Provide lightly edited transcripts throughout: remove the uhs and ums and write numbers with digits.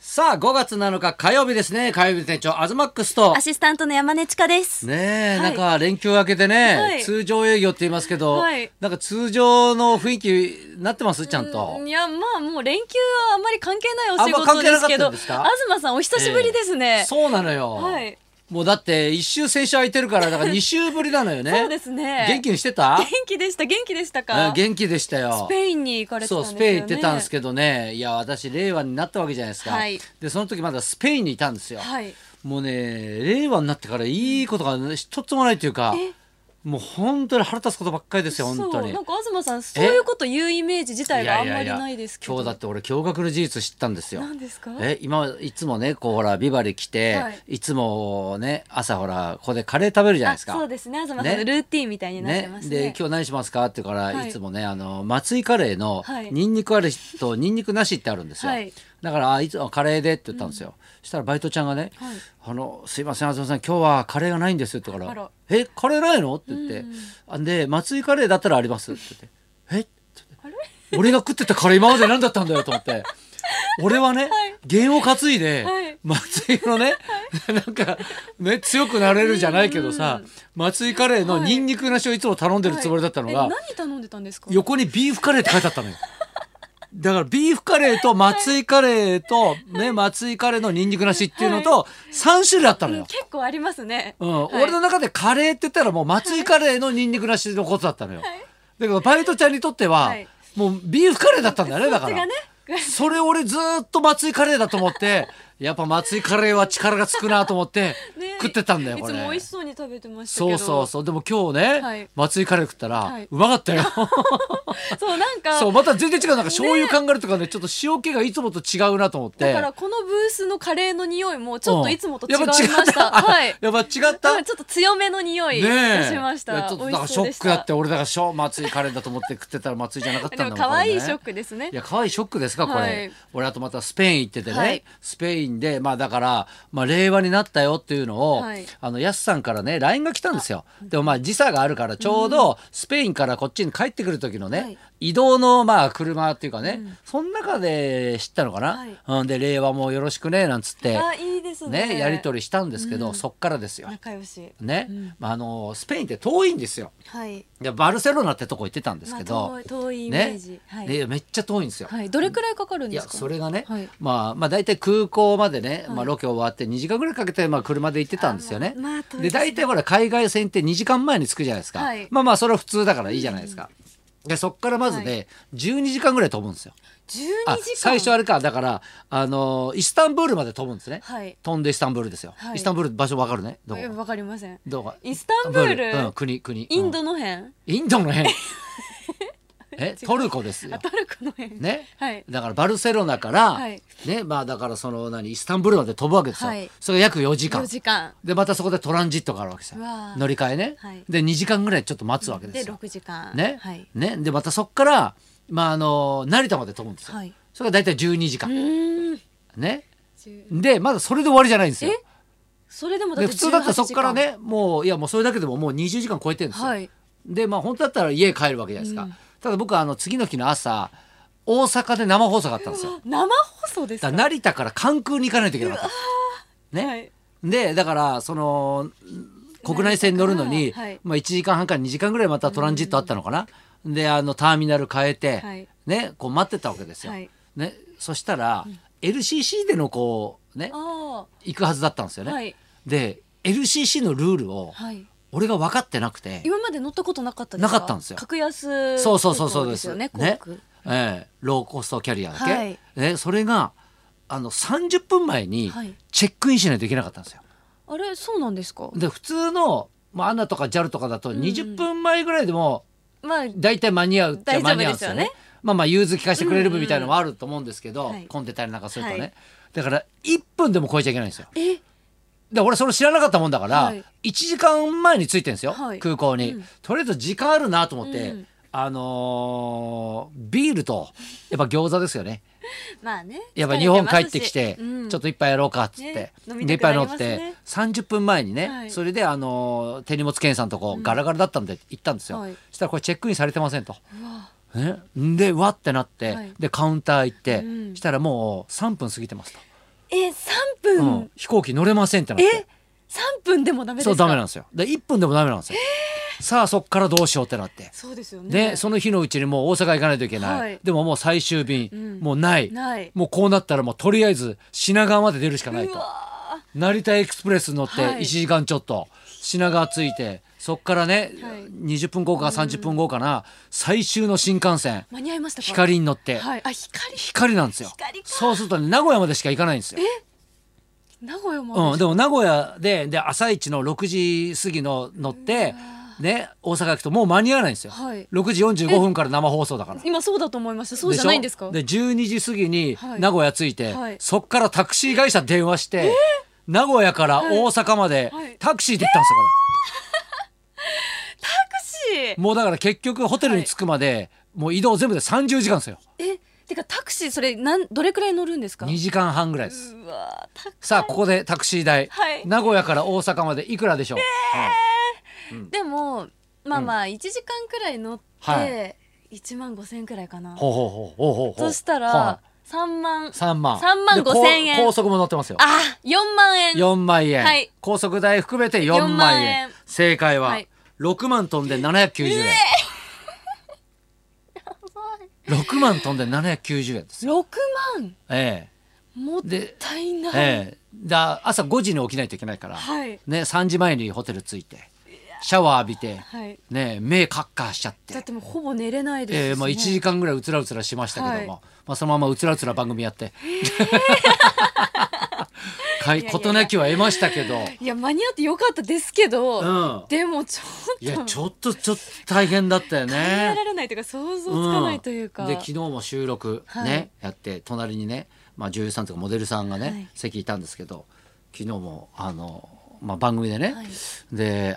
さあ5月7日火曜日ですね。火曜日店長アズマックスとアシスタントの山根千佳ですねえ、 はい、 なんか連休明けてね、 はい、 通常営業って言いますけど、 はい、 なんか通常の雰囲気なってますちゃんと。 いやまあもう連休はあんまり関係ないお仕事ですけど、東さんお久しぶりですね、 そうなのよ、はい、もうだって1週先週空いてるからだから2週ぶりなのよねそうですね。 元気にしてた？ 元気でしたか？ 元気でしたよ。 スペインに行かれてたんですよね。 そうスペイン行ってたんですけどね、いや私令和になったわけじゃないですか、はい、でその時まだスペインにいたんですよ、はい、もうね令和になってからいいことが一つもないというか、もう本当に腹立つことばっかりですよ。本当になんか東さんそういうこと言うイメージ自体があんまりないですけど、 今日だって俺驚愕の事実知ったんですよ。 何ですか？ 今いつもねこうほらビバリ来て、はい、いつもね朝ほらここでカレー食べるじゃないですか。 そうですね、東さんのルーティーンみたいになってますね。 で今日何しますかって言うから、はい、いつもね松井カレーのニンニクあるとニンニクなしってあるんですよ、はい、だからいつもカレーでって言ったんですよ、そしたらバイトちゃんがね、はい、すいません東さん今日はカレーがないんですって言ったからカレーないのって言って、で松井カレーだったらありますって言って俺が食ってたカレー今まで何だったんだよと思って俺はね、弦を担いで、松井のね、なんかね強くなれるじゃないけどさ、松井カレーのニンニクなしをいつも頼んでるつもりだったのが、 何頼んでたんですか？横にビーフカレーって書いてあったのよだからビーフカレーと松井カレーと、松井カレーのニンニクなしっていうのと3種類あったのよ、 結構ありますね、 俺の中でカレーって言ったらもう松井カレーのニンニクなしのことだったのよ、だけどバイトちゃんにとっては、もうビーフカレーだったんだよね。だからそれ俺ずっと松井カレーだと思ってやっぱ松井カレーは力がつくなと思って食ってたんだよ、これ。 いつも美味しそうに食べてましたけど。 そうでも今日ね、松井カレー食ったら、うまかったよそうなんかまた全然違う、なんか醤油考えるとかねちょっと塩気がいつもと違うなと思って、 だからこのブースのカレーの匂いもちょっといつもと違いました、 やっぱ違った、 ちょっと強めの匂いがしました。 ちょっとだからショックだって、俺だから松井カレーだと思って食ってたら松井じゃなかったんだもん。 でも可愛いショックですね。 いや可愛いショックですかこれ、俺あとまたスペイン行っててね、スペインでだから令和になったよっていうのを、やすさんからね LINE が来たんですよ。でも時差があるからちょうどスペインからこっちに帰ってくる時のね、移動の車っていうかね、その中で知ったのかな、で令和もよろしくねなんつっていいですね、 やり取りしたんですけど、そっからですよ仲良しね、スペインって遠いんですよ、バルセロナってとこ行ってたんですけど、 遠いイメージ、 めっちゃ遠いんですよ、 どれくらいかかるんですか？ いやそれがね、だいたい空港までね、ロケ終わって2時間ぐらいかけて車で行ってたんですよね。で大体ほら海外線って2時間前に着くじゃないですか、それは普通だからいいじゃないですか、でそっからまずね、12時間ぐらい飛ぶんですよ。 12時間最初あれか、だからイスタンブールまで飛ぶんですね、飛んでイスタンブールですよ、イスタンブール場所わかるね？どこ？ わかりません。 どこ？ イスタンブール、 国インドの辺？ インドの辺トルコですよ。 トルコの辺ね、だからバルセロナから、だからイスタンブールまで飛ぶわけですよ、それが約4時間で、またそこでトランジットがあるわけですよ、乗り換えね、で2時間ぐらいちょっと待つわけですよ、 で6時間でまたそこから成田まで飛ぶんですよ、それが大体12時間ね、でまだそれで終わりじゃないんですよ。 それでもだって普通だったらそこからねもうそれだけでももう20時間超えてるんですよ、で本当だったら家帰るわけじゃないですか、ただ僕は次の日の朝大阪で生放送があったんですよ。 生放送ですか？ 成田から関空に行かないといけなかったね、でだから国内線に乗るのに、1時間半から2時間ぐらいまたトランジットあったのかな、でターミナル変えて、こう待ってたわけですよ、そしたら、LCC での行くはずだったんですよね、で LCC のルールを、俺が分かってなくて、 今まで乗ったことなかったですか？ なかったんですよ。 格安そうですよね、 ローコストキャリアだけ、それが30分前にチェックインしないといけなかったんですよ。 あれそうなんですか？ で普通の、ANA とか JAL とかだと20分前ぐらいでもだいたい間に合うっちゃ間に合うんですよね。融通聞かせてくれる分みたいなのもあると思うんですけど、混んでたりなんかするとね、だから1分でも超えちゃいけないんですよ。で俺それ知らなかったもんだから、1時間前に着いてるんですよ、空港に、とりあえず時間あるなと思って、ビールとやっぱ餃子ですよねやっぱ日本帰ってきて、ちょっと一杯やろうかっつって、で一杯飲んで30分前にね、それで手荷物検査のとこガラガラだったんで行ったんですよ、そしたらこれチェックインされてませんと、でわってなって、でカウンター行って、したらもう3分過ぎてますと。 3分、 飛行機乗れませんってなって。 3分でもダメですか？ そうダメなんですよ。で1分でもダメなんですよ。さあそっからどうしようってなって。 そうですよね。 でその日のうちにもう大阪行かないといけない、でももう最終便、もうない、もうこうなったらもうとりあえず品川まで出るしかないと。成田エクスプレス乗って1時間ちょっと、品川着いて、そっからね、20分後か30分後かな、最終の新幹線間に合いましたか？ 光に乗って、光なんですよ。そうするとね、名古屋までしか行かないんですよ。 名古屋まで、 でも名古屋で朝一の6時過ぎの乗ってね、大阪行くともう間に合わないんですよ。6時45分から生放送だから。 今そうだと思いました。そうじゃないんですか？ で12時過ぎに名古屋着いて、そっからタクシー会社電話して、名古屋から大阪までタクシーで行ったんですよ、これ。 タクシー。 もうだから結局ホテルに着くまで、もう移動全部で30時間ですよ。 てかタクシーそれどれくらい乗るんですか ？2時間半ぐらいです。 うわ、 さあここでタクシー代、名古屋から大阪までいくらでしょう？ でもまあ1時間くらい乗って1万5千くらいかな。そしたら3万5千円。 高速も乗ってますよ。 4万円。 4万円、高速代含めて4万円。正解は6万飛んで790円。6万飛んで790円ですよ。 6万。もったいない。 朝5時に起きないといけないから、ね、3時前にホテル着いてシャワー浴びて、目カッカーしちゃって。 だってもうほぼ寝れないですしね。 1時間ぐらいうつらうつらしましたけども、そのままうつらうつら番組やって事なきは得ましたけど。 いや間に合ってよかったですけど、でもちょっと大変だったよね。考えられないというか想像つかないというか。 で昨日も収録ね、やって隣にね、女優さんとかモデルさんがね、席いたんですけど、昨日も番組でね、で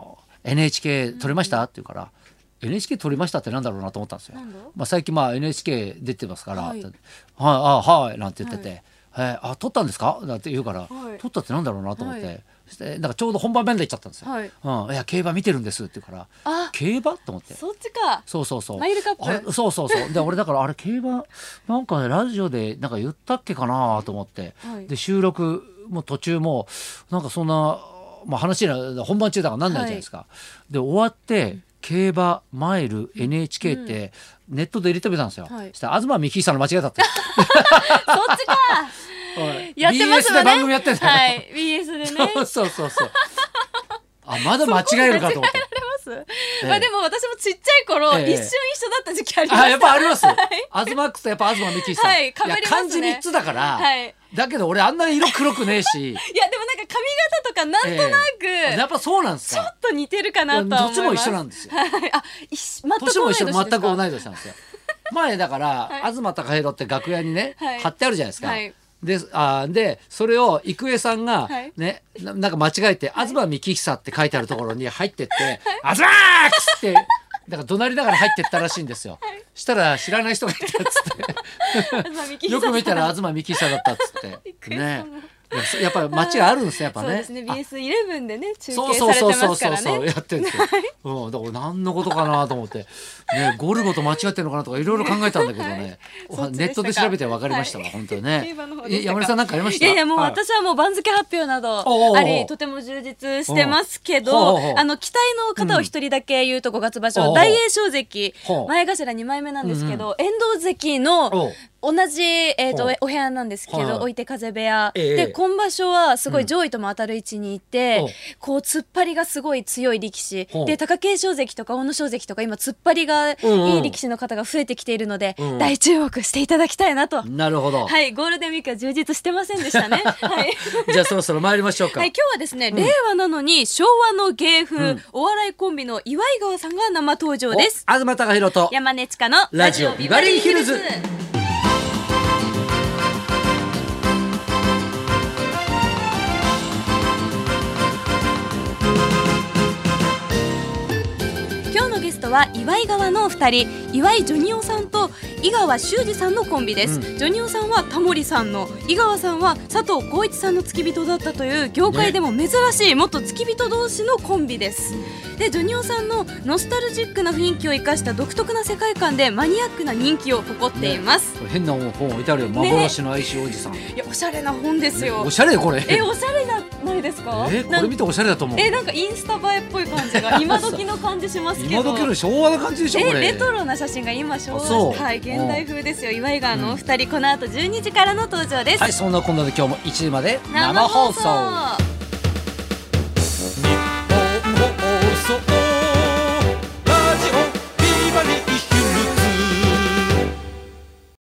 NHK 撮れました、って言うから、NHK 撮りましたってなんだろうなと思ったんですよ。最近NHK 出てますから、はいなんて言ってて、撮ったんですかなんて言うから、撮ったってなんだろうなと思って、なんかちょうど本番面で行っちゃったんですよ。いや競馬見てるんですって言うから、競馬と思って。 そっちか。 そうマイルカップ。 そうで俺だから競馬なんかラジオでなんか言ったっけかなと思って、で収録も途中もなんかそんな、話が本番中だからなんないじゃないですか。で終わって競馬マイル NHK ってネットで入れてみたんですよ。そしたら東幹久さんの間違いだった。そっちか。やってますもんね。 BS で番組やってんだよ。 BS でね。 そうまだ間違えるかと思って。 でも私もちっちゃい頃、一瞬一緒だった時期ありました。 やっぱあります。東区とやっぱ東幹久さん。漢字3つだから。だけど俺あんなに色黒くねえし。いやでもなんか髪型とかなんとなく、 やっぱそうなんですか。 ちょっと似てるかなとは思います。 どっちも一緒なんですよ。年も一緒、全く同い年なんですよ。前だから東貴博って楽屋にね貼ってあるじゃないですか。でそれを郁恵さんがね、なんか間違えて東幹久って書いてあるところに入ってって「東!」っつってだから怒鳴りながら入ってったらしいんですよ。したら知らない人がいたっつってよく見たら東幹久だったっつってね。やっぱり街があるんですね、やっぱね。 そうですね、BS11 でね中継されてますからね。 そうやってるんですよ。だから何のことかなと思ってね、ゴルゴと間違ってるのかなとかいろいろ考えたんだけどね、ネットで調べて分かりましたわ、本当にね。山根さんなんかありました？ いやもう私はもう番付発表などありとても充実してますけど、期待の方を一人だけ言うと5月場所大栄翔関前頭2枚目なんですけど、遠藤関の同じ、お部屋なんですけど、追手風部屋、で今場所はすごい上位とも当たる位置にいて、こう突っ張りがすごい強い力士で、貴景勝関とか阿武咲関とか今突っ張りがいい力士の方が増えてきているので、大注目していただきたいなと。 なるほど。 はい、ゴールデンウィークは充実してませんでしたね。はい、 じゃあそろそろ参りましょうか。 はい、今日はですね、令和なのに昭和の芸風、お笑いコンビの岩井川さんが生登場です。 東貴博と山根千佳のラジオビバリーヒルズ。今日のゲストは岩井川のお二人、 岩井ジョニオさんと井川修司さんのコンビです。ジョニオさんはタモリさんの、井川さんは佐藤浩市さんの付き人だったという業界でも珍しい元付き人同士のコンビです。でジョニオさんのノスタルジックな雰囲気を生かした独特な世界観でマニアックな人気を誇っています。 変な本置いてあるよ、幻の愛しおじさん。いやおしゃれな本ですよ。 おしゃれこれ。 おしゃれなないですか。 これ見ておしゃれだと思う。 なんかインスタ映えっぽい感じが今時の感じしますけど。 今時の昭和な感じでしょこれ。 レトロな写真が今昭和、はい、現代風ですよ。岩井川のお二人、この後12時からの登場です。 はい、そんなこんなで今日も1時まで生放送。